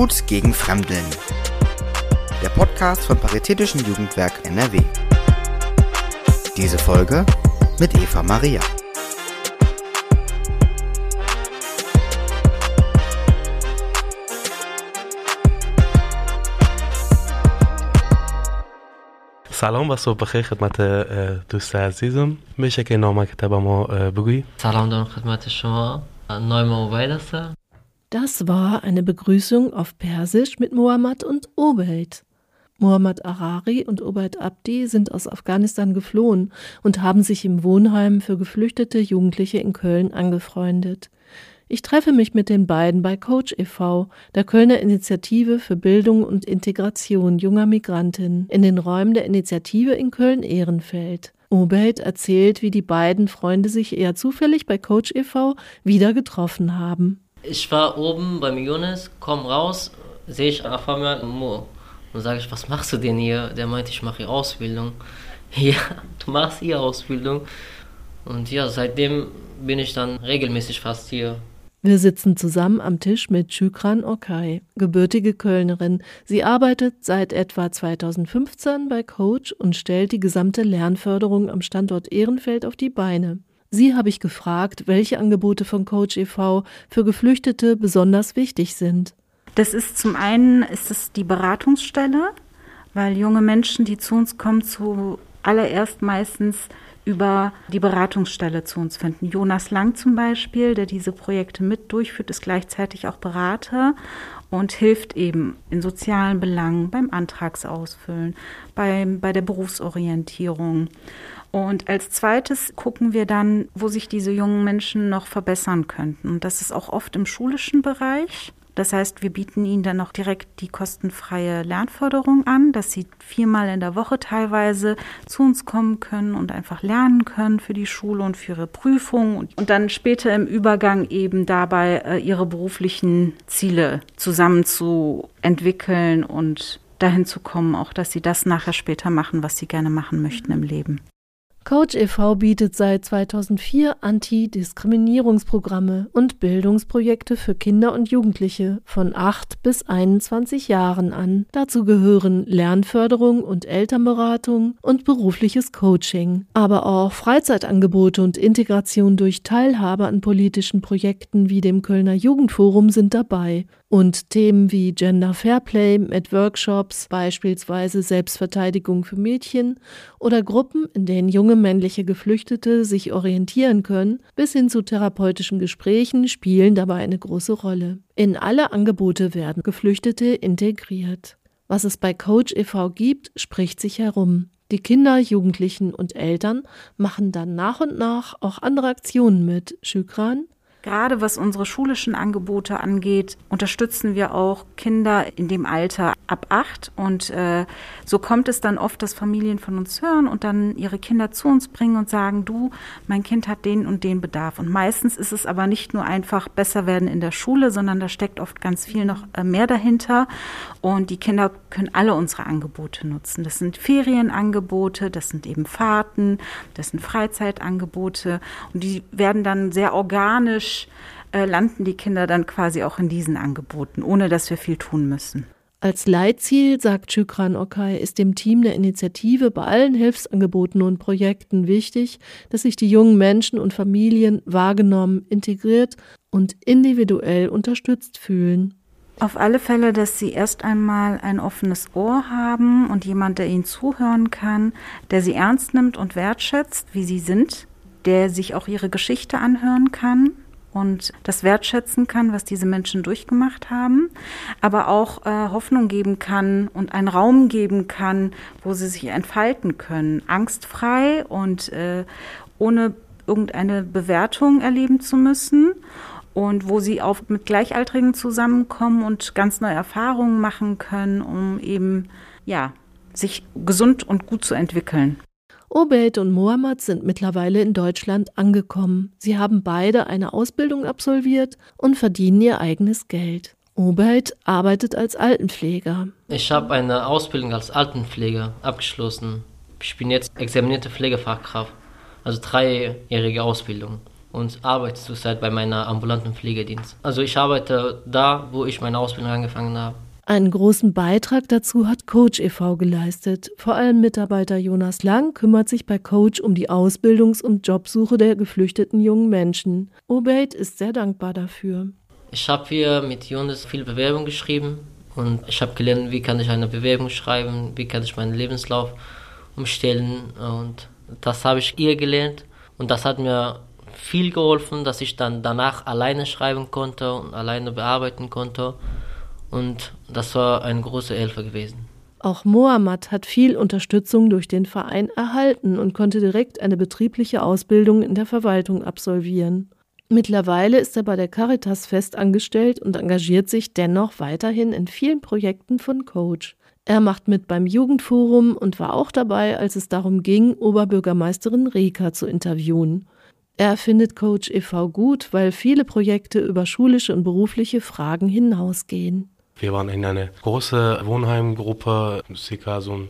Tut gegen Fremdeln. Der Podcast vom Paritätischen Jugendwerk NRW. Diese Folge mit Eva Maria. سلام و صبح بخیر خدمت دوست عزیزم. میشه که نام کتاب ما بگویی؟ سلام دارم خدمت شما. نام عبید هستم. Das war eine Begrüßung auf Persisch mit Mohammad und Obeid. Mohammad Arari und Obeid Abdi sind aus Afghanistan geflohen und haben sich im Wohnheim für geflüchtete Jugendliche in Köln angefreundet. Ich treffe mich mit den beiden bei Coach e.V., der Kölner Initiative für Bildung und Integration junger Migrantinnen, in den Räumen der Initiative in Köln-Ehrenfeld. Obeid erzählt, wie die beiden Freunde sich eher zufällig bei Coach e.V. wieder getroffen haben. Ich war oben beim Jonas, komm raus, sehe ich auf einmal Mo. Und sage ich, was machst du denn hier? Der meinte, ich mache hier Ausbildung. Ja, du machst hier Ausbildung. Und ja, seitdem bin ich dann regelmäßig fast hier. Wir sitzen zusammen am Tisch mit Şükran Okay, gebürtige Kölnerin. Sie arbeitet seit etwa 2015 bei Coach und stellt die gesamte Lernförderung am Standort Ehrenfeld auf die Beine. Sie habe ich gefragt, welche Angebote von Coach e.V. für Geflüchtete besonders wichtig sind. Das ist zum einen ist es die Beratungsstelle, weil junge Menschen, die zu uns kommen, zuallererst meistens über die Beratungsstelle zu uns finden. Jonas Lang zum Beispiel, der diese Projekte mit durchführt, ist gleichzeitig auch Berater und hilft eben in sozialen Belangen, beim Antragsausfüllen, bei der Berufsorientierung. Und als zweites gucken wir dann, wo sich diese jungen Menschen noch verbessern könnten. Und das ist auch oft im schulischen Bereich. Das heißt, wir bieten ihnen dann auch direkt die kostenfreie Lernförderung an, dass sie 4-mal in der Woche teilweise zu uns kommen können und einfach lernen können für die Schule und für ihre Prüfung und dann später im Übergang eben dabei ihre beruflichen Ziele zusammen zu entwickeln und dahin zu kommen, auch dass sie das nachher später machen, was sie gerne machen möchten im Leben. Coach e.V. bietet seit 2004 Antidiskriminierungsprogramme und Bildungsprojekte für Kinder und Jugendliche von 8 bis 21 Jahren an. Dazu gehören Lernförderung und Elternberatung und berufliches Coaching, aber auch Freizeitangebote und Integration durch Teilhabe an politischen Projekten wie dem Kölner Jugendforum sind dabei. Und Themen wie Gender Fairplay mit Workshops, beispielsweise Selbstverteidigung für Mädchen oder Gruppen, in denen junge männliche Geflüchtete sich orientieren können, bis hin zu therapeutischen Gesprächen spielen dabei eine große Rolle. In alle Angebote werden Geflüchtete integriert. Was es bei Coach e.V. gibt, spricht sich herum. Die Kinder, Jugendlichen und Eltern machen dann nach und nach auch andere Aktionen mit. Şükran? Gerade was unsere schulischen Angebote angeht, unterstützen wir auch Kinder in dem Alter ab 8. Und so kommt es dann oft, dass Familien von uns hören und dann ihre Kinder zu uns bringen und sagen, du, mein Kind hat den und den Bedarf. Und meistens ist es aber nicht nur einfach besser werden in der Schule, sondern da steckt oft ganz viel noch mehr dahinter. Und die Kinder können alle unsere Angebote nutzen. Das sind Ferienangebote, das sind eben Fahrten, das sind Freizeitangebote. Und die werden dann sehr organisch landen die Kinder dann quasi auch in diesen Angeboten, ohne dass wir viel tun müssen. Als Leitziel, sagt Şükran Okay, ist dem Team der Initiative bei allen Hilfsangeboten und Projekten wichtig, dass sich die jungen Menschen und Familien wahrgenommen, integriert und individuell unterstützt fühlen. Auf alle Fälle, dass sie erst einmal ein offenes Ohr haben und jemand, der ihnen zuhören kann, der sie ernst nimmt und wertschätzt, wie sie sind, der sich auch ihre Geschichte anhören kann und das wertschätzen kann, was diese Menschen durchgemacht haben, aber auch Hoffnung geben kann und einen Raum geben kann, wo sie sich entfalten können, angstfrei und ohne irgendeine Bewertung erleben zu müssen und wo sie auch mit Gleichaltrigen zusammenkommen und ganz neue Erfahrungen machen können, um eben sich gesund und gut zu entwickeln. Obeid und Mohammad sind mittlerweile in Deutschland angekommen. Sie haben beide eine Ausbildung absolviert und verdienen ihr eigenes Geld. Obeid arbeitet als Altenpfleger. Ich habe eine Ausbildung als Altenpfleger abgeschlossen. Ich bin jetzt examinierte Pflegefachkraft, also 3-jährige Ausbildung. und arbeite zurzeit bei meiner ambulanten Pflegedienst. Also ich arbeite da, wo ich meine Ausbildung angefangen habe. Einen großen Beitrag dazu hat Coach e.V. geleistet. Vor allem Mitarbeiter Jonas Lang kümmert sich bei Coach um die Ausbildungs- und Jobsuche der geflüchteten jungen Menschen. Obeid ist sehr dankbar dafür. Ich habe hier mit Jonas viel Bewerbung geschrieben und ich habe gelernt, wie kann ich eine Bewerbung schreiben, wie kann ich meinen Lebenslauf umstellen, und das habe ich hier gelernt und das hat mir viel geholfen, dass ich dann danach alleine schreiben konnte und alleine bearbeiten konnte. Und das war eine große Hilfe gewesen. Auch Mohammad hat viel Unterstützung durch den Verein erhalten und konnte direkt eine betriebliche Ausbildung in der Verwaltung absolvieren. Mittlerweile ist er bei der Caritas fest angestellt und engagiert sich dennoch weiterhin in vielen Projekten von Coach. Er macht mit beim Jugendforum und war auch dabei, als es darum ging, Oberbürgermeisterin Reka zu interviewen. Er findet Coach e.V. gut, weil viele Projekte über schulische und berufliche Fragen hinausgehen. Wir waren in einer großen Wohnheimgruppe, ca. so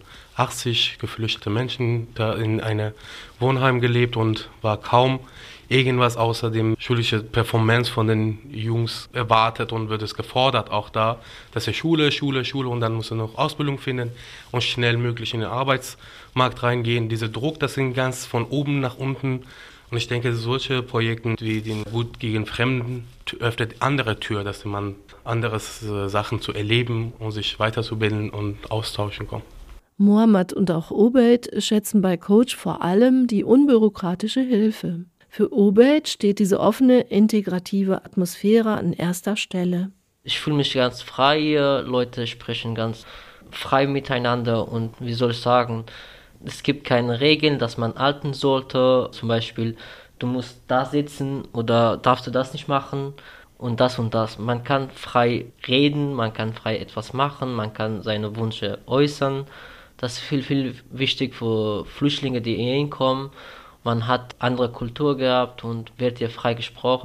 80 geflüchtete Menschen, da in einem Wohnheim gelebt und war kaum irgendwas außer dem schulische Performance von den Jungs erwartet und wird es gefordert auch da, dass er Schule und dann muss er noch Ausbildung finden und schnell möglich in den Arbeitsmarkt reingehen. Dieser Druck, das ging ganz von oben nach unten. Und ich denke, solche Projekte wie den Wut gegen Fremden öffnet andere Tür, dass man andere Sachen zu erleben und sich weiterzubilden und austauschen kann. Mohammad und auch Obeid schätzen bei Coach vor allem die unbürokratische Hilfe. Für Obeid steht diese offene, integrative Atmosphäre an erster Stelle. Ich fühle mich ganz frei hier, Leute sprechen ganz frei miteinander und wie soll ich sagen, es gibt keine Regeln, dass man halten sollte. Zum Beispiel, du musst da sitzen oder darfst du das nicht machen und das und das. Man kann frei reden, man kann frei etwas machen, man kann seine Wünsche äußern. Das ist viel, viel wichtig für Flüchtlinge, die hierhin kommen. Man hat andere Kultur gehabt und wird hier frei gesprochen,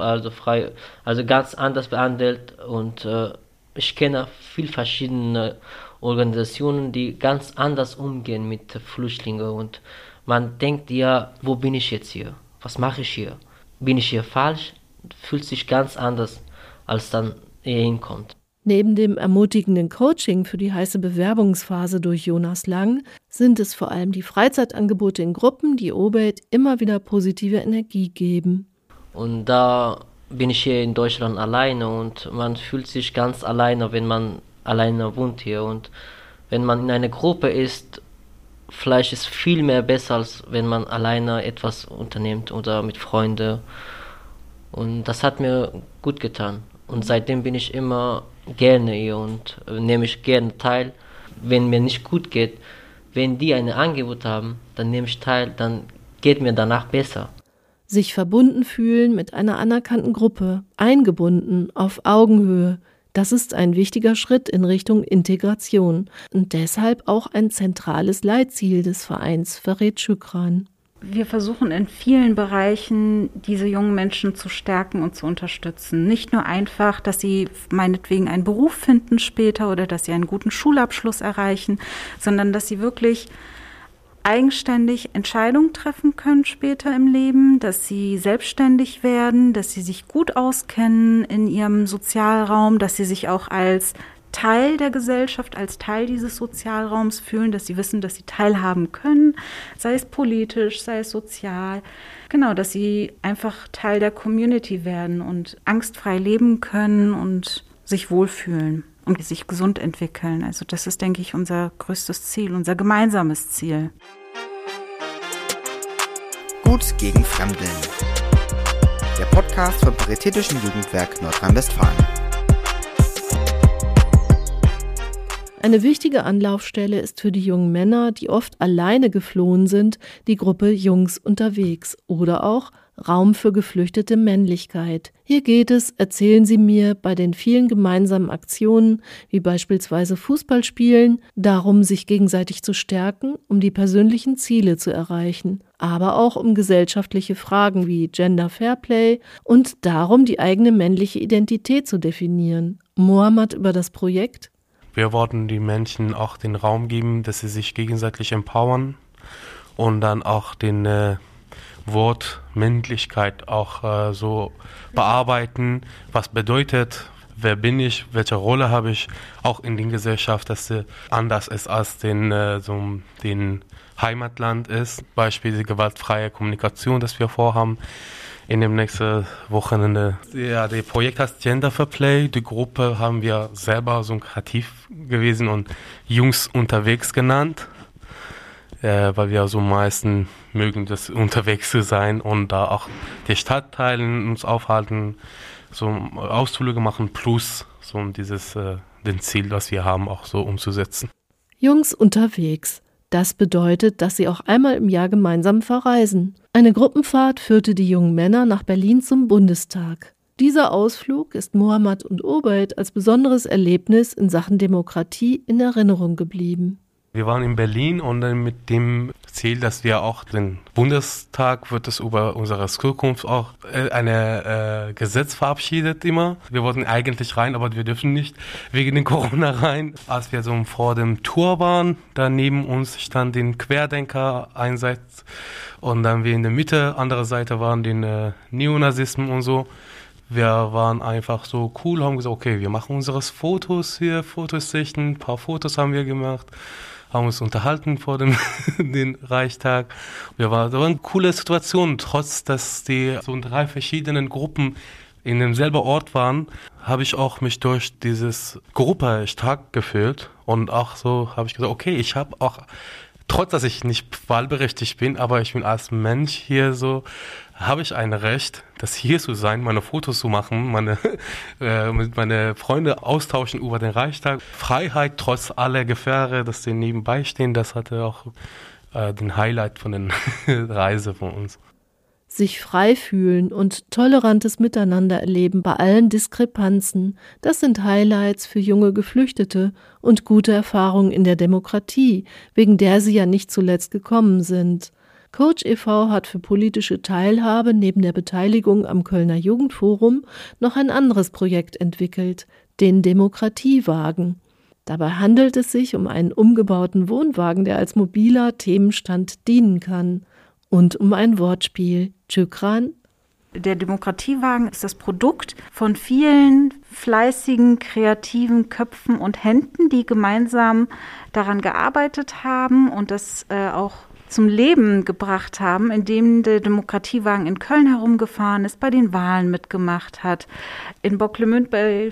also ganz anders behandelt. Und ich kenne viele verschiedene Organisationen, die ganz anders umgehen mit Flüchtlingen. Und man denkt ja, wo bin ich jetzt hier? Was mache ich hier? Bin ich hier falsch? Fühlt sich ganz anders, als dann hier hinkommt. Neben dem ermutigenden Coaching für die heiße Bewerbungsphase durch Jonas Lang sind es vor allem die Freizeitangebote in Gruppen, die Obeid immer wieder positive Energie geben. Und da bin ich hier in Deutschland alleine und man fühlt sich ganz alleine, wenn man alleine wohnt hier. Und wenn man in einer Gruppe ist, vielleicht ist es viel mehr besser, als wenn man alleine etwas unternimmt oder mit Freunden. Und das hat mir gut getan. Und seitdem bin ich immer gerne hier und nehme ich gerne teil. Wenn mir nicht gut geht, wenn die ein Angebot haben, dann nehme ich teil, dann geht mir danach besser. Sich verbunden fühlen mit einer anerkannten Gruppe, eingebunden, auf Augenhöhe, das ist ein wichtiger Schritt in Richtung Integration und deshalb auch ein zentrales Leitziel des Vereins, verrät Şükran. Wir versuchen in vielen Bereichen, diese jungen Menschen zu stärken und zu unterstützen. Nicht nur einfach, dass sie meinetwegen einen Beruf finden später oder dass sie einen guten Schulabschluss erreichen, sondern dass sie wirklich eigenständig Entscheidungen treffen können später im Leben, dass sie selbstständig werden, dass sie sich gut auskennen in ihrem Sozialraum, dass sie sich auch als Teil der Gesellschaft, als Teil dieses Sozialraums fühlen, dass sie wissen, dass sie teilhaben können, sei es politisch, sei es sozial. Genau, dass sie einfach Teil der Community werden und angstfrei leben können und sich wohlfühlen und sich gesund entwickeln. Also das ist, denke ich, unser größtes Ziel, unser gemeinsames Ziel. Gut gegen Fremdeln. Der Podcast vom Paritätischen Jugendwerk Nordrhein-Westfalen. Eine wichtige Anlaufstelle ist für die jungen Männer, die oft alleine geflohen sind, die Gruppe Jungs unterwegs oder auch Raum für geflüchtete Männlichkeit. Hier geht es, erzählen sie mir, bei den vielen gemeinsamen Aktionen, wie beispielsweise Fußballspielen, darum, sich gegenseitig zu stärken, um die persönlichen Ziele zu erreichen, aber auch um gesellschaftliche Fragen wie Gender Fairplay und darum, die eigene männliche Identität zu definieren. Mohammad über das Projekt: Wir wollten den Menschen auch den Raum geben, dass sie sich gegenseitig empowern und dann auch den Wortmännlichkeit auch so bearbeiten. Was bedeutet, wer bin ich, welche Rolle habe ich auch in der Gesellschaft, dass sie anders ist als den Heimatland ist. Beispiel die gewaltfreie Kommunikation, das wir vorhaben in dem nächsten Wochenende. Ja, das Projekt heißt Gender for Play. Die Gruppe haben wir selber so kreativ gewesen und Jungs unterwegs genannt, weil wir so meisten mögen, das unterwegs zu sein und da auch die Stadtteilen uns aufhalten, so Ausflüge machen plus so den Ziel, was wir haben, auch so umzusetzen. Jungs unterwegs. Das bedeutet, dass sie auch einmal im Jahr gemeinsam verreisen. Eine Gruppenfahrt führte die jungen Männer nach Berlin zum Bundestag. Dieser Ausflug ist Mohammad und Obeid als besonderes Erlebnis in Sachen Demokratie in Erinnerung geblieben. Wir waren in Berlin und dann mit dem Ziel, dass wir auch den Bundestag, wird es über unsere Zukunft auch ein Gesetz verabschiedet immer. Wir wollten eigentlich rein, aber wir dürfen nicht wegen den Corona rein. Als wir so vor dem Tor waren, da neben uns stand den Querdenker einsatz und dann wir in der Mitte, andere Seite waren den Neonazismen und so. Wir waren einfach so cool, haben gesagt, okay, wir machen unsere Fotos hier, Fotosichten, ein paar Fotos haben wir gemacht. Haben uns unterhalten vor dem den Reichstag. Das war eine coole Situation, trotz dass die so in 3 verschiedenen Gruppen in demselben Ort waren, habe ich auch mich durch dieses Gruppe stark gefühlt und auch so habe ich gesagt, okay, ich habe auch, trotz dass ich nicht wahlberechtigt bin, aber ich bin als Mensch hier so, habe ich ein Recht, das hier zu sein, meine Fotos zu machen, mit meine Freunde austauschen über den Reichstag. Freiheit trotz aller Gefähre, dass sie nebenbei stehen, das hatte auch den Highlight von der Reise von uns. Sich frei fühlen und tolerantes Miteinander erleben bei allen Diskrepanzen, das sind Highlights für junge Geflüchtete und gute Erfahrungen in der Demokratie, wegen der sie ja nicht zuletzt gekommen sind. Coach e.V. hat für politische Teilhabe neben der Beteiligung am Kölner Jugendforum noch ein anderes Projekt entwickelt, den Demokratiewagen. Dabei handelt es sich um einen umgebauten Wohnwagen, der als mobiler Themenstand dienen kann. Und um ein Wortspiel. Şükran. Der Demokratiewagen ist das Produkt von vielen fleißigen, kreativen Köpfen und Händen, die gemeinsam daran gearbeitet haben und das auch zum Leben gebracht haben, indem der Demokratiewagen in Köln herumgefahren ist, bei den Wahlen mitgemacht hat, in Bocklemünd bei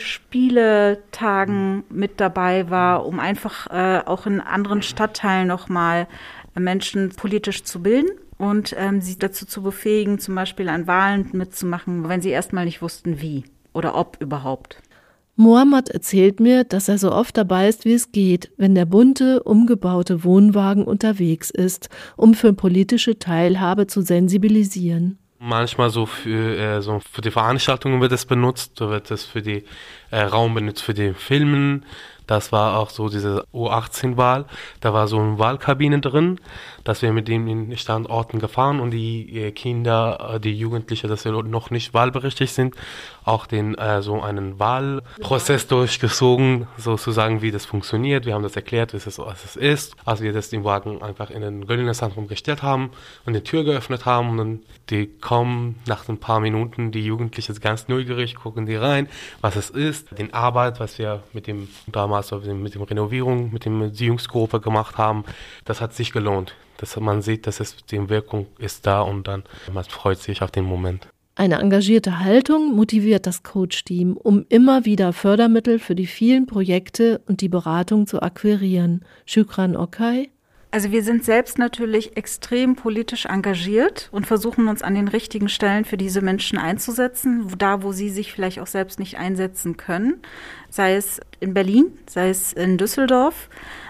Spieletagen mit dabei war, um einfach auch in anderen Stadtteilen nochmal Menschen politisch zu bilden und sie dazu zu befähigen, zum Beispiel an Wahlen mitzumachen, wenn sie erstmal nicht wussten, wie oder ob überhaupt. Mohammad erzählt mir, dass er so oft dabei ist, wie es geht, wenn der bunte, umgebaute Wohnwagen unterwegs ist, um für politische Teilhabe zu sensibilisieren. Manchmal so für die Veranstaltungen wird es benutzt, so wird es für die Raum benutzt für die Filmen. Das war auch so diese U18-Wahl. Da war so eine Wahlkabine drin, dass wir mit dem in Standorten gefahren und die Kinder, die Jugendlichen, dass sie noch nicht wahlberechtigt sind, auch so einen Wahlprozess durchgezogen, sozusagen, wie das funktioniert. Wir haben das erklärt, was es ist, als wir das den Wagen einfach in den Göllner-Zentrum gestellt haben und die Tür geöffnet haben und dann die kommen nach ein paar Minuten, die Jugendlichen ganz neugierig, gucken die rein, was es ist, die Arbeit, was wir mit dem mit dem Renovierung, mit dem Erziehungsgruppe gemacht haben, das hat sich gelohnt. Man sieht, dass die Wirkung ist da und dann man freut sich auf den Moment. Eine engagierte Haltung motiviert das Coach-Team, um immer wieder Fördermittel für die vielen Projekte und die Beratung zu akquirieren. Şükran Okay. Also wir sind selbst natürlich extrem politisch engagiert und versuchen uns an den richtigen Stellen für diese Menschen einzusetzen, da wo sie sich vielleicht auch selbst nicht einsetzen können, sei es in Berlin, sei es in Düsseldorf.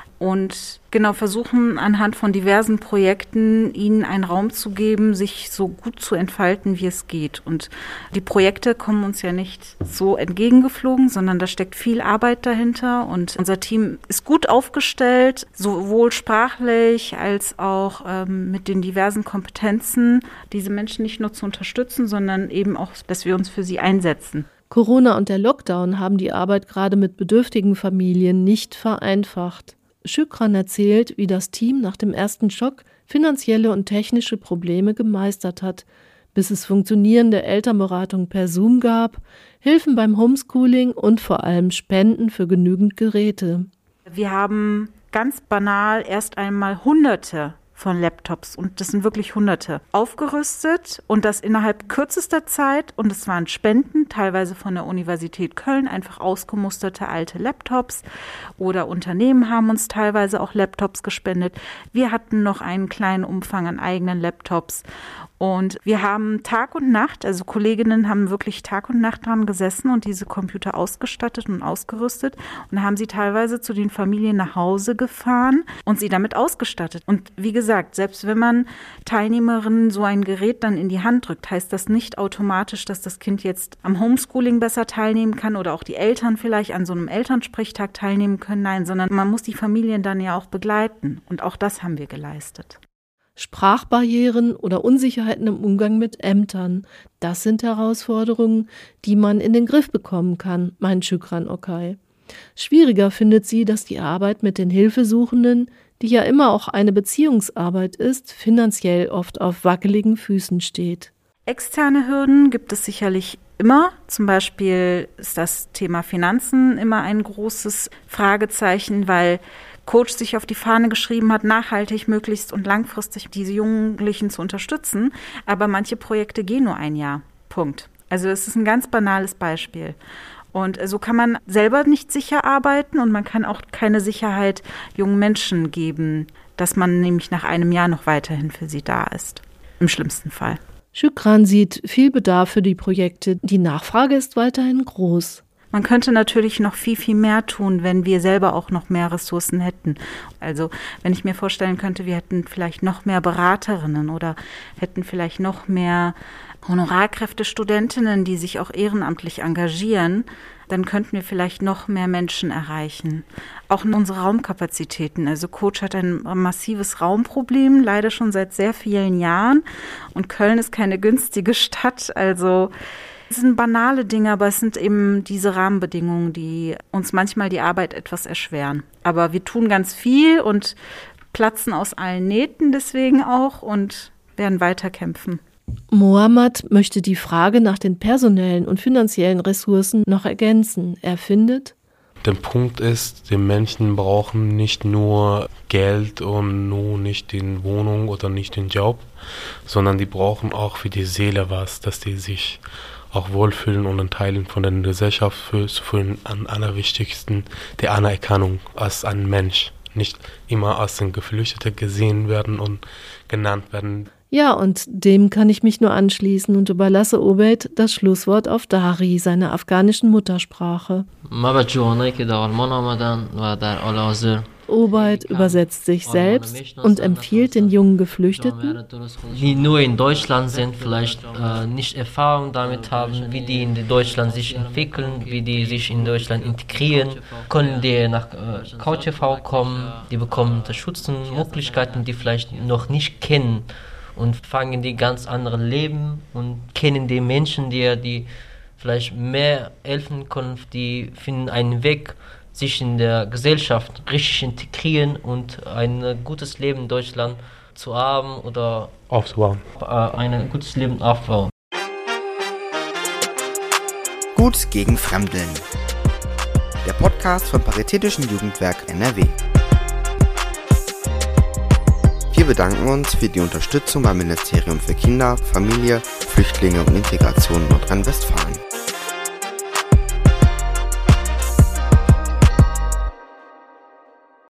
Und genau versuchen anhand von diversen Projekten ihnen einen Raum zu geben, sich so gut zu entfalten, wie es geht. Und die Projekte kommen uns ja nicht so entgegengeflogen, sondern da steckt viel Arbeit dahinter. Und unser Team ist gut aufgestellt, sowohl sprachlich als auch mit den diversen Kompetenzen, diese Menschen nicht nur zu unterstützen, sondern eben auch, dass wir uns für sie einsetzen. Corona und der Lockdown haben die Arbeit gerade mit bedürftigen Familien nicht vereinfacht. Şükran erzählt, wie das Team nach dem ersten Schock finanzielle und technische Probleme gemeistert hat, bis es funktionierende Elternberatung per Zoom gab, Hilfen beim Homeschooling und vor allem Spenden für genügend Geräte. Wir haben ganz banal erst einmal Hunderte von Laptops, und das sind wirklich Hunderte, aufgerüstet, und das innerhalb kürzester Zeit, und es waren Spenden, teilweise von der Universität Köln, einfach ausgemusterte alte Laptops, oder Unternehmen haben uns teilweise auch Laptops gespendet. Wir hatten noch einen kleinen Umfang an eigenen Laptops, und wir haben Tag und Nacht, also Kolleginnen haben wirklich Tag und Nacht dran gesessen und diese Computer ausgestattet und ausgerüstet und haben sie teilweise zu den Familien nach Hause gefahren und sie damit ausgestattet. Und wie gesagt, selbst wenn man Teilnehmerinnen so ein Gerät dann in die Hand drückt, heißt das nicht automatisch, dass das Kind jetzt am Homeschooling besser teilnehmen kann oder auch die Eltern vielleicht an so einem Elternsprechtag teilnehmen können. Nein, sondern man muss die Familien dann ja auch begleiten. Und auch das haben wir geleistet. Sprachbarrieren oder Unsicherheiten im Umgang mit Ämtern, das sind Herausforderungen, die man in den Griff bekommen kann, meint Şükran Okay. Schwieriger findet sie, dass die Arbeit mit den Hilfesuchenden, die ja immer auch eine Beziehungsarbeit ist, finanziell oft auf wackeligen Füßen steht. Externe Hürden gibt es sicherlich immer. Zum Beispiel ist das Thema Finanzen immer ein großes Fragezeichen, weil Coach sich auf die Fahne geschrieben hat, nachhaltig, möglichst und langfristig diese Jugendlichen zu unterstützen. Aber manche Projekte gehen nur ein Jahr. Punkt. Also es ist ein ganz banales Beispiel. Und so kann man selber nicht sicher arbeiten und man kann auch keine Sicherheit jungen Menschen geben, dass man nämlich nach einem Jahr noch weiterhin für sie da ist. Im schlimmsten Fall. Şükran sieht viel Bedarf für die Projekte. Die Nachfrage ist weiterhin groß. Man könnte natürlich noch viel, viel mehr tun, wenn wir selber auch noch mehr Ressourcen hätten. Also wenn ich mir vorstellen könnte, wir hätten vielleicht noch mehr Beraterinnen oder hätten vielleicht noch mehr Honorarkräfte, Studentinnen, die sich auch ehrenamtlich engagieren, dann könnten wir vielleicht noch mehr Menschen erreichen. Auch unsere Raumkapazitäten. Also Coach hat ein massives Raumproblem, leider schon seit sehr vielen Jahren. Und Köln ist keine günstige Stadt, also es sind banale Dinge, aber es sind eben diese Rahmenbedingungen, die uns manchmal die Arbeit etwas erschweren. Aber wir tun ganz viel und platzen aus allen Nähten deswegen auch und werden weiter kämpfen. Mohammad möchte die Frage nach den personellen und finanziellen Ressourcen noch ergänzen. Er findet: Der Punkt ist, die Menschen brauchen nicht nur Geld und nur nicht die Wohnung oder nicht den Job, sondern die brauchen auch für die Seele was, dass die sich auch wohlfühlen und ein Teil von der Gesellschaft zu fühlen. Am allerwichtigsten die Anerkennung als ein Mensch, nicht immer als ein Geflüchteter gesehen werden und genannt werden. Ja, und dem kann ich mich nur anschließen und überlasse Obeid das Schlusswort auf Dari, seiner afghanischen Muttersprache. Obeid übersetzt sich selbst und empfiehlt den jungen Geflüchteten, die nur in Deutschland sind, vielleicht nicht Erfahrung damit haben, wie die in Deutschland sich entwickeln, wie die sich in Deutschland integrieren, können die nach Couch TV kommen, die bekommen Unterstützungsmöglichkeiten, die vielleicht noch nicht kennen und fangen die ganz andere Leben und kennen die Menschen, die vielleicht mehr helfen können, die finden einen Weg, sich in der Gesellschaft richtig integrieren und ein gutes Leben in Deutschland zu haben oder aufzubauen. Ein gutes Leben aufbauen. Gut gegen Fremdeln. Der Podcast vom Paritätischen Jugendwerk NRW. Wir bedanken uns für die Unterstützung beim Ministerium für Kinder, Familie, Flüchtlinge und Integration Nordrhein-Westfalen.